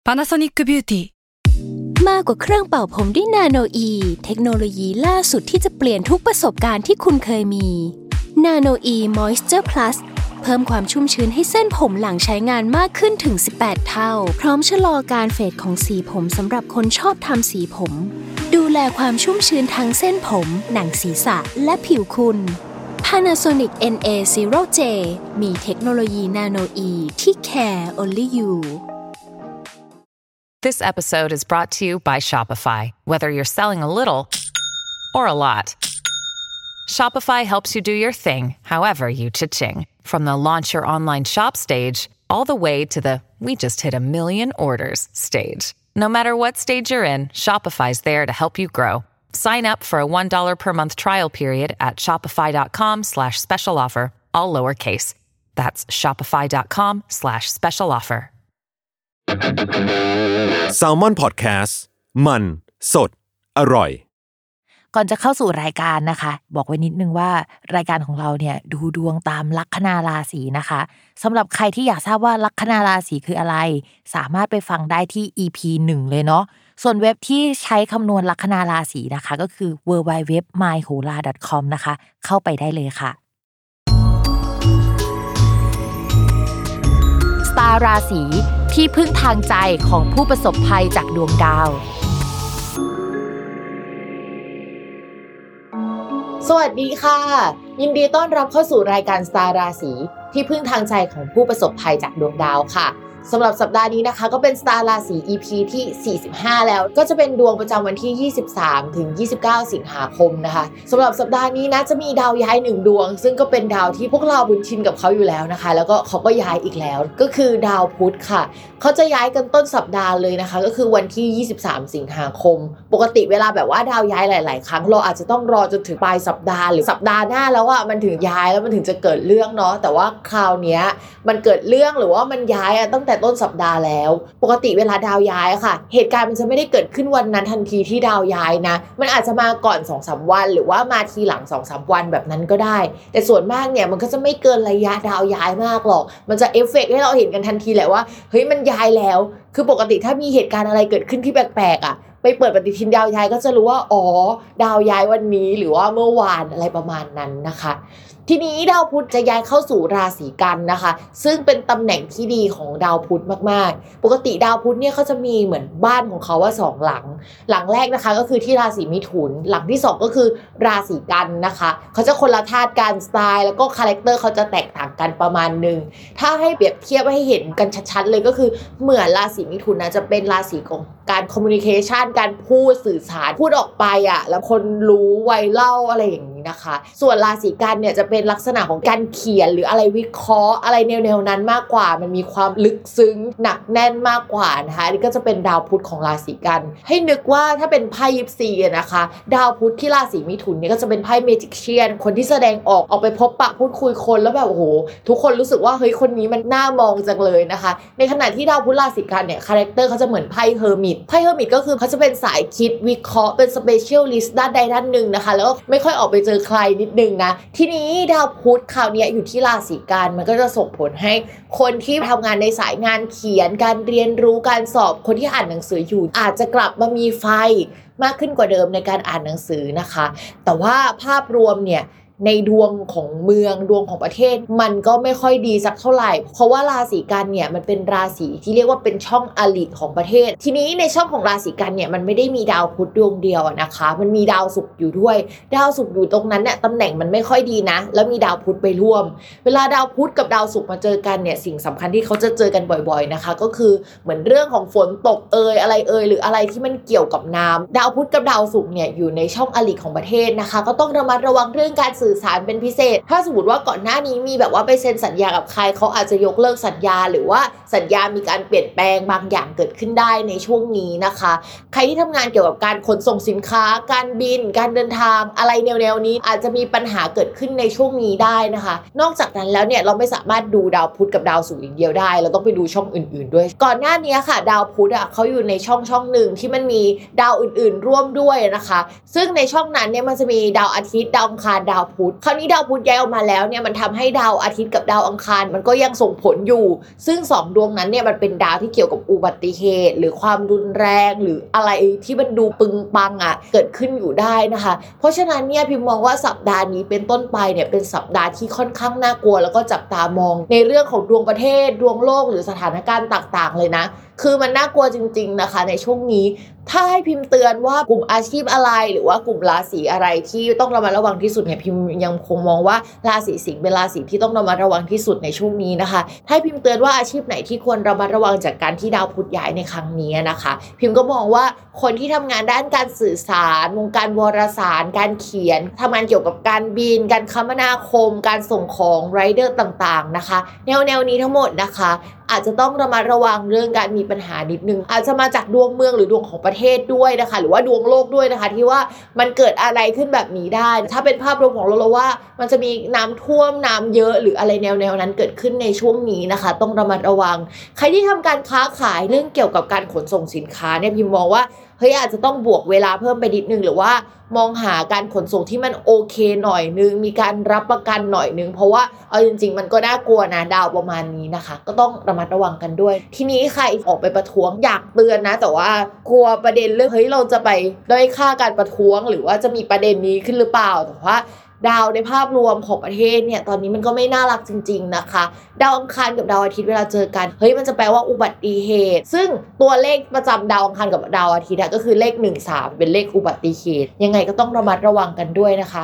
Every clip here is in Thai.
Panasonic Beauty มากกว่าเครื่องเป่าผมด้วยนาโนอีเทคโนโลยีล่าสุดที่จะเปลี่ยนทุกประสบการณ์ที่คุณเคยมีนาโนอีมอยส์เจอร์พลัสเพิ่มความชุ่มชื้นให้เส้นผมหลังใช้งานมากขึ้นถึง18เท่าพร้อมชะลอการเฟดของสีผมสำหรับคนชอบทำสีผมดูแลความชุ่มชื้นทั้งเส้นผมหนังศีรษะและผิวคุณ Panasonic NA0J มีเทคโนโลยีนาโนอีที่ care only you This episode is brought to you by Shopify. Whether you're selling a little or a lot, Shopify helps you do your thing, however you cha-ching. From the launch your online shop stage, all the way to the we just hit 1 million orders stage. No matter what stage you're in, Shopify's there to help you grow. Sign up for a $1 per month trial period at shopify.com/special offer, all lowercase. That's shopify.com/special offer. Salmon Podcast มันสดอร่อยก่อนจะเข้าสู่รายการนะคะบอกไว้นิดนึงว่ารายการของเราเนี่ยดูดวงตามลัคนาราศีนะคะสำหรับใครที่อยากทราบว่าลัคนาราศีคืออะไรสามารถไปฟังได้ที่ EP 1 เลยเนาะส่วนเว็บที่ใช้คำนวณลัคนาราศีนะคะก็คือ www.myhola.com นะคะเข้าไปได้เลยค่ะสตาร์ราศีที่พึ่งทางใจของผู้ประสบภัยจากดวงดาวสวัสดีค่ะยินดีต้อนรับเข้าสู่รายการสตาร์ราศีที่พึ่งทางใจของผู้ประสบภัยจากดวงดาวค่ะสำหรับสัปดาห์นี้นะคะก็เป็นสตาร์ราศี EP ที่45แล้วก็จะเป็นดวงประจำวันที่23ถึง29สิงหาคมนะคะสำหรับสัปดาห์นี้นะจะมีดาวย้าย1ดวงซึ่งก็เป็นดาวที่พวกเราบุญชินกับเขาอยู่แล้วนะคะแล้วก็เขาก็ย้ายอีกแล้วก็คือดาวพุธค่ะเขาจะย้ายกันต้นสัปดาห์เลยนะคะก็คือวันที่23สิงหาคมปกติเวลาแบบว่าดาวย้ายหลายๆครั้งเราอาจจะต้องรอจนถึงปลายสัปดาห์หรือสัปดาห์หน้าแล้วมันถึงย้ายแล้วมันถึงจะเกิดเรื่องเนาะแต่ว่าคราวเนี้ยมันเกิดเรื่องหรือว่ามันย้ายตั้งแต่ต้นสัปดาห์แล้วปกติเวลาดาวย้ายค่ะเหตุการณ์มันจะไม่ได้เกิดขึ้นวันนั้นทันทีที่ดาวย้ายนะมันอาจจะมาก่อน 2-3 วันหรือว่ามาทีหลัง 2-3 วันแบบนั้นก็ได้แต่ส่วนมากเนี่ยมันก็จะไม่เกินระยะดาวย้ายมากหรอกมันจะเอฟเฟคให้เราเห็นกันทันทีแหละว่าเฮ้ยมันย้ายแล้วคือปกติถ้ามีเหตุการณ์อะไรเกิดขึ้นที่แปลกๆไปเปิดปฏิทินดาวย้ายก็จะรู้ว่าอ๋อดาวย้ายวันนี้หรือว่าเมื่อวานอะไรประมาณนั้นนะคะทีนี้ดาวพุธจะย้ายเข้าสู่ราศีกันนะคะซึ่งเป็นตำแหน่งที่ดีของดาวพุธมากๆปกติดาวพุธเนี่ยเขาจะมีเหมือนบ้านของเขาว่า2หลังแรกนะคะก็คือที่ราศีมิถุนหลังที่2ก็คือราศีกันนะคะเขาจะคนละธาตุกันสไตล์แล้วก็คาแรคเตอร์เขาจะแตกต่างกันประมาณนึงถ้าให้เปรียบเทียบให้เห็นกันชัดๆเลยก็คือเหมือนราศีมิถุนนะจะเป็นราศีของการคอมมิวนิเคชันการพูดสื่อสารพูดออกไปแล้วคนรู้ไวเล่าอะไรอย่างนี้นะคะส่วนราศีกันเนี่ยจะเป็นลักษณะของการเขียนหรืออะไรวิเคราะห์อะไรแนวๆนั้นมากกว่ามันมีความลึกซึ้งหนักแน่นมากกว่านะคะนี่ก็จะเป็นดาวพุธของราศีกันให้นึกว่าถ้าเป็นไพ่ยิปซีนะคะดาวพุธที่ราศีมิถุนเนี่ยก็จะเป็นไพ่เมจิกเชียนคนที่แสดงออกไปพบปะพูดคุยคนแล้วแบบโอ้โหทุกคนรู้สึกว่าเฮ้ยคนนี้มันน่ามองจังเลยนะคะในขณะที่ดาวพุธราศีกันเนี่ยคาแรคเตอร์เขาจะเหมือนไพ่เฮอร์มิตก็คือเขาจะเป็นสายคิดวิเคราะห์เป็นสเปเชียลิสต์ด้านใดด้านหนึ่งนะคะแล้วก็ไม่ค่อยออกไปเจอใครนิดนึงนะทีนี้ดาวพุธคราวนี้อยู่ที่ราศีกันมันก็จะส่งผลให้คนที่ทำงานในสายงานเขียนการเรียนรู้การสอบคนที่อ่านหนังสืออยู่อาจจะกลับมามีไฟมากขึ้นกว่าเดิมในการอ่านหนังสือนะคะแต่ว่าภาพรวมเนี่ยในดวงของเมืองดวงของประเทศมันก็ไม่ค่อยดีสักเท่าไหร่เพราะว่าราศีกันเนี่ยมันเป็นราศีที่เรียกว่าเป็นช่องอลิของประเทศทีนี้ในช่องของราศีกันเนี่ยมันไม่ได้มีดาวพุธดวงเดียวนะคะมันมีดาวศุกร์อยู่ด้วยดาวศุกร์อยู่ตรงนั้นเนี่ยตำแหน่งมันไม่ค่อยดีนะแล้วมีดาวพุธไปร่วมเวลาดาวพุธกับดาวศุกร์มาเจอกันเนี่ยสิ่งสำคัญที่เขาจะเจอกันบ่อยๆนะคะก็คือเหมือนเรื่องของฝนตกอะไรหรืออะไรที่มันเกี่ยวกับน้ำดาวพุธกับดาวศุกร์เนี่ยอยู่ในช่องอลิของประเทศนะคะก็ต้องระมัดระวังเรื่องการสื่อสารเป็นพิเศษถ้าสมมติว่าก่อนหน้านี้มีแบบว่าไปเซ็นสัญญากับใครเขาอาจจะยกเลิกสัญญาหรือว่าสัญญามีการเปลี่ยนแปลงบางอย่างเกิดขึ้นได้ในช่วงนี้นะคะใครที่ทำงานเกี่ยวกับการขนส่งสินค้าการบินการเดินทางอะไรแนวๆนี้อาจจะมีปัญหาเกิดขึ้นในช่วงนี้ได้นะคะนอกจากนั้นแล้วเนี่ยเราไม่สามารถดูดาวพุธกับดาวศุกร์อย่างเดียวได้เราต้องไปดูช่องอื่นๆด้วยก่อนหน้านี้ค่ะดาวพุธเขาอยู่ในช่องหนึ่งที่มันมีดาวอื่นๆร่วมด้วยนะคะซึ่งในช่องนั้นเนี่ยมันจะมีดาวอาทิตย์ดาวอังคารดาวพุพุธคราวนี้ดาวพุธย้ายออกมาแล้วเนี่ยมันทำให้ดาวอาทิตย์กับดาวอังคารมันก็ยังส่งผลอยู่ซึ่ง2ดวงนั้นเนี่ยมันเป็นดาวที่เกี่ยวกับอุบัติเหตุหรือความรุนแรงหรืออะไรที่มันดูปึงปังเกิดขึ้นอยู่ได้นะคะเพราะฉะนั้นเนี่ยพิมมองว่าสัปดาห์นี้เป็นต้นไปเนี่ยเป็นสัปดาห์ที่ค่อนข้างน่ากลัวแล้วก็จับตามองในเรื่องของดวงประเทศดวงโลกหรือสถานการณ์ต่างๆเลยนะคือมันน่ากลัวจริงๆนะคะในช่วงนี้ถ้าให้พิมพ์เตือนว่ากลุ่มอาชีพอะไรหรือว่ากลุ่มราศีอะไรที่ต้องระมัดระวังที่สุดเนี่ยพิมพ์ยังคงมองว่าราศีสิงห์เป็นราศีที่ต้องระมัดระวังที่สุดในช่วงนี้นะคะถ้าพิมพ์เตือนว่าอาชีพไหนที่ควรระมัดระวังจากการที่ดาวพุธย้ายในครั้งนี้นะคะพิมพ์ก็มองว่าคนที่ทำงานด้านการสื่อสารวงการวารสารการเขียนทำงานเกี่ยวกับการบินการคมนาคมการส่งของไรเดอร์ต่างๆนะคะแนวนี้ทั้งหมดนะคะอาจจะต้องระมัดระวังเรื่องการมีปัญหานิดนึงอาจจะมาจากดวงเมืองหรือดวงของประเทศด้วยนะคะหรือว่าดวงโลกด้วยนะคะที่ว่ามันเกิดอะไรขึ้นแบบนี้ได้ถ้าเป็นภาพรวมของเราว่ามันจะมีน้ำท่วมน้ำเยอะหรืออะไรแนวนั้นเกิดขึ้นในช่วงนี้นะคะต้องระมัดระวังใครที่ทำการค้าขายเรื่องเกี่ยวกับการขนส่งสินค้าเนี่ยพิมมองว่าเฮ้ยอาจจะต้องบวกเวลาเพิ่มไปนิดนึงหรือว่ามองหาการขนส่งที่มันโอเคหน่อยนึงมีการรับประกันหน่อยนึงเพราะว่าเอาจริงๆมันก็น่ากลัวนะดาวประมาณนี้นะคะก็ต้องระมัดระวังกันด้วยทีนี้ใครออกไปประท้วงอยากเตือนนะแต่ว่ากลัวประเด็นเรื่องเฮ้ยเราจะไปด้อยค่าการประท้วงหรือว่าจะมีประเด็นนี้ขึ้นหรือเปล่าแต่ว่าดาวในภาพรวมของประเทศเนี่ยตอนนี้มันก็ไม่น่ารักจริงๆนะคะดาวอังคารกับดาวอาทิตย์เวลาเจอกันเฮ้ยมันจะแปลว่าอุบัติเหตุซึ่งตัวเลขประจำดาวอังคารกับดาวอาทิตย์ก็คือเลข13เป็นเลขอุบัติเหตุยังไงก็ต้องระมัดระวังกันด้วยนะคะ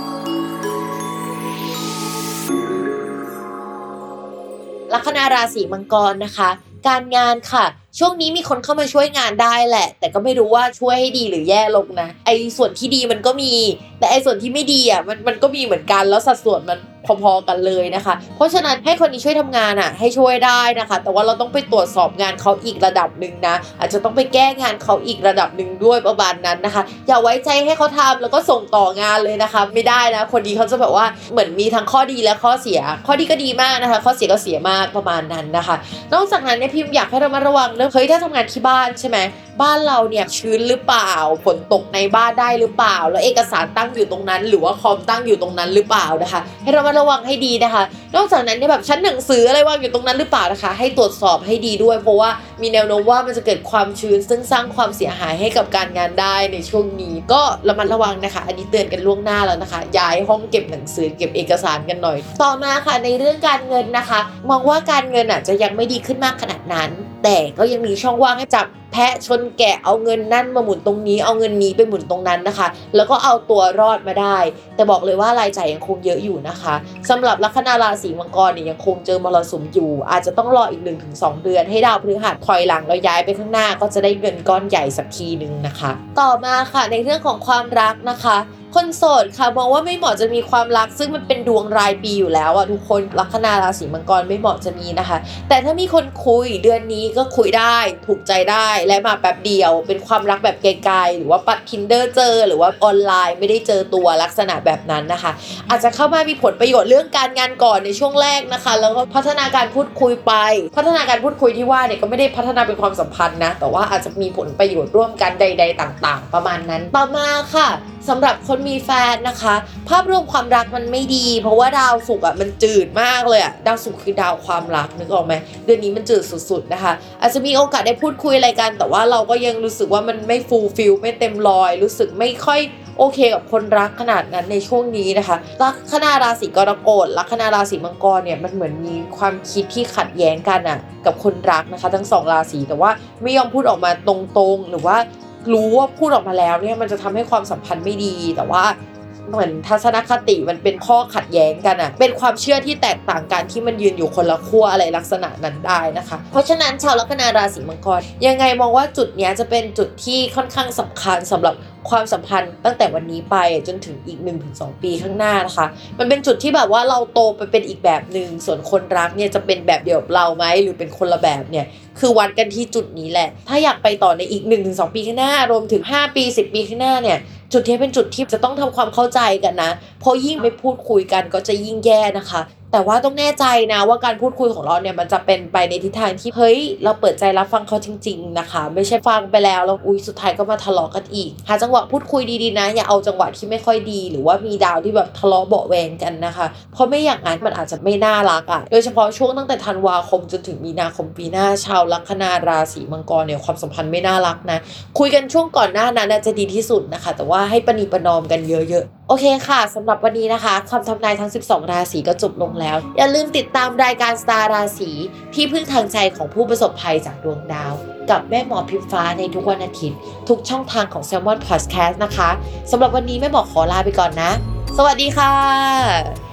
ลัคนาราศีมังกรนะคะการงานค่ะช่วงนี้มีคนเข้ามาช่วยงานได้แหละแต่ก็ไม่รู้ว่าช่วยให้ดีหรือแย่ลงนะไอ้ส่วนที่ดีมันก็มีแต่ไอ้ส่วนที่ไม่ดีมันก็มีเหมือนกันแล้วสัดส่วนมันพอๆกันเลยนะคะเพราะฉะนั้นให้คนนี้ช่วยทำงานให้ช่วยได้นะคะแต่ว่าเราต้องไปตรวจสอบงานเขาอีกระดับนึงนะอาจจะต้องไปแก้งานเขาอีกระดับนึงด้วยประมาณนั้นนะคะอย่าไว้ใจให้เขาทำแล้วก็ส่งต่องานเลยนะคะไม่ได้นะคนดีเขาจะแบบว่าเหมือนมีทั้งข้อดีและข้อเสียข้อดีก็ดีมากนะคะข้อเสียก็เสียมากประมาณนั้นนะคะนอกจากนั้นเนี่ยพิมพ์อยากให้เรามาระวังเรื่องเฮ้ยถ้าทำงานที่บ้านใช่ไหมบ้านเราเนี่ยชื้นหรือเปล่าฝนตกในบ้านได้หรือเปล่าแล้วเอกสารตั้งอยู่ตรงนั้นหรือว่าคอมตั้งอยู่ตรงนั้นหรือเปล่านะคะให้เรามาระวังให้ดีนะคะนอกจากนั้นเนี่ยแบบชั้นหนังสืออะไรวางอยู่ตรงนั้นหรือเปล่านะคะให้ตรวจสอบให้ดีด้วยเพราะว่ามีแนวโน้มว่ามันจะเกิดความชื้นซึ่งสร้างความเสียหายให้กับการงานได้ในช่วงนี้ก็ระมัดระวังนะคะอันนี้เตือนกันล่วงหน้าแล้วนะคะย้ายห้องเก็บหนังสือเก็บเอกสารกันหน่อยต่อมาค่ะในเรื่องการเงินนะคะมองว่าการเงินจะยังไม่ดีขึ้นมากขนาดนั้นแต่ก็ยังมีช่องว่างให้จับแพะชนแกะเอาเงินนั่นมาหมุนตรงนี้เอาเงินนี้ไปหมุนตรงนั้นนะคะแล้วก็เอาตัวรอดมาได้แต่บอกเลยว่ารายจ่ายยังคงเยอะอยู่นะคะสำหรับลัคนาราศีมังกรเนี่ยยังคงเจอมรสุมอยู่อาจจะต้องรออีก 1-2 เดือนให้ดาวพฤหัสถอยหลังแล้วย้ายไปข้างหน้าก็จะได้เงินก้อนใหญ่สักทีนึงนะคะต่อมาค่ะในเรื่องของความรักนะคะคนโสดค่ะมองว่าไม่เหมาะจะมีความรักซึ่งมันเป็นดวงรายปีอยู่แล้วทุกคนลัคนาราศีมังกรไม่เหมาะจะมีนะคะแต่ถ้ามีคนคุยเดือนนี้ก็คุยได้ถูกใจได้และมาแป๊บเดียวเป็นความรักแบบไกลๆหรือว่าปัด Tinder เจอหรือว่าออนไลน์ไม่ได้เจอตัวลักษณะแบบนั้นนะคะอาจจะเข้ามามีผลประโยชน์เรื่องการงานก่อนในช่วงแรกนะคะแล้วก็พัฒนาการพูดคุยไปพัฒนาการพูดคุยที่ว่าเนี่ยก็ไม่ได้พัฒนาเป็นความสัมพันธ์นะแต่ว่าอาจจะมีผลประโยชน์ร่วมกันใดๆต่างๆประมาณนั้นต่อมาค่ะสำหรับคนมีแฟนนะคะภาพรวมความรักมันไม่ดีเพราะว่าดาวศุกร์มันจืดมากเลยดาวศุกร์คือดาวความรักนึกออกไหมเดือนนี้มันจืดสุดๆนะคะอาจจะมีโอกาสได้พูดคุยอะไรกันแต่ว่าเราก็ยังรู้สึกว่ามันไม่ฟูลฟิลไม่เต็มร้อยรู้สึกไม่ค่อยโอเคกับคนรักขนาดนั้นในช่วงนี้นะคะลัคนาราศีกรกฎลัคนาราศีมังกรเนี่ยมันเหมือนมีความคิดที่ขัดแย้งกันกับคนรักนะคะทั้ง2ราศีแต่ว่าไม่ยอมพูดออกมาตรงๆหรือว่ารู้ว่าพูดออกมาแล้วเนี่ยมันจะทำให้ความสัมพันธ์ไม่ดีแต่ว่าเหมือนทัศนคติมันเป็นข้อขัดแย้งกันเป็นความเชื่อที่แตกต่างกันที่มันยืนอยู่คนละขั้วอะไรลักษณะนั้นได้นะคะเพราะฉะนั้นชาวลัคนาราศีมังกรยังไงมองว่าจุดนี้จะเป็นจุดที่ค่อนข้างสำคัญสำหรับความสัมพันธ์ตั้งแต่วันนี้ไปจนถึงอีก 1-2 ปีข้างหน้านะคะมันเป็นจุดที่แบบว่าเราโตไปเป็นอีกแบบนึงส่วนคนรักเนี่ยจะเป็นแบบเดียวกับเราไหมหรือเป็นคนละแบบเนี่ยคือวัดกันที่จุดนี้แหละถ้าอยากไปต่อในอีก 1-2 ปีข้างหน้ารวมถึง5ปี10ปีข้างหน้าเนี่ยจุดที่เป็นจุดที่จะต้องทำความเข้าใจกันนะเพราะยิ่งไม่พูดคุยกันก็จะยิ่งแย่นะคะแต่ว่าต้องแน่ใจนะว่าการพูดคุยของเราเนี่ยมันจะเป็นไปในทิศทางที่เฮ้ยเราเปิดใจรับฟังเขาจริงๆนะคะไม่ใช่ฟังไปแล้วสุดท้ายก็มาทะเลาะกันอีกหาจังหวะพูดคุยดีๆนะอย่าเอาจังหวะที่ไม่ค่อยดีหรือว่ามีดาวที่แบบทะเลาะเบาะแวงกันนะคะเพราะไม่อย่างนั้นมันอาจจะไม่น่ารักอ่ะโดยเฉพาะช่วงตั้งแต่ธันวาคมจนถึงมีนาคมปีหน้าชาวลัคนาราศีมังกรเนี่ยความสัมพันธ์ไม่น่ารักนะคุยกันช่วงก่อนหน้านั้นจะดีที่สุดนะคะแต่ว่าให้ประนีประนอมกันเยอะๆโอเคค่ะสำหรับวันนี้นะคะคำทำนายทั้ง12ราศีก็จบลงแล้วอย่าลืมติดตามรายการสตาร์ราศีที่พึ่งทางใจของผู้ประสบภัยจากดวงดาวกับแม่หมอพิมฟ้าในทุกวันอาทิตย์ทุกช่องทางของ Salmon Podcast นะคะสำหรับวันนี้แม่หมอขอลาไปก่อนนะสวัสดีค่ะ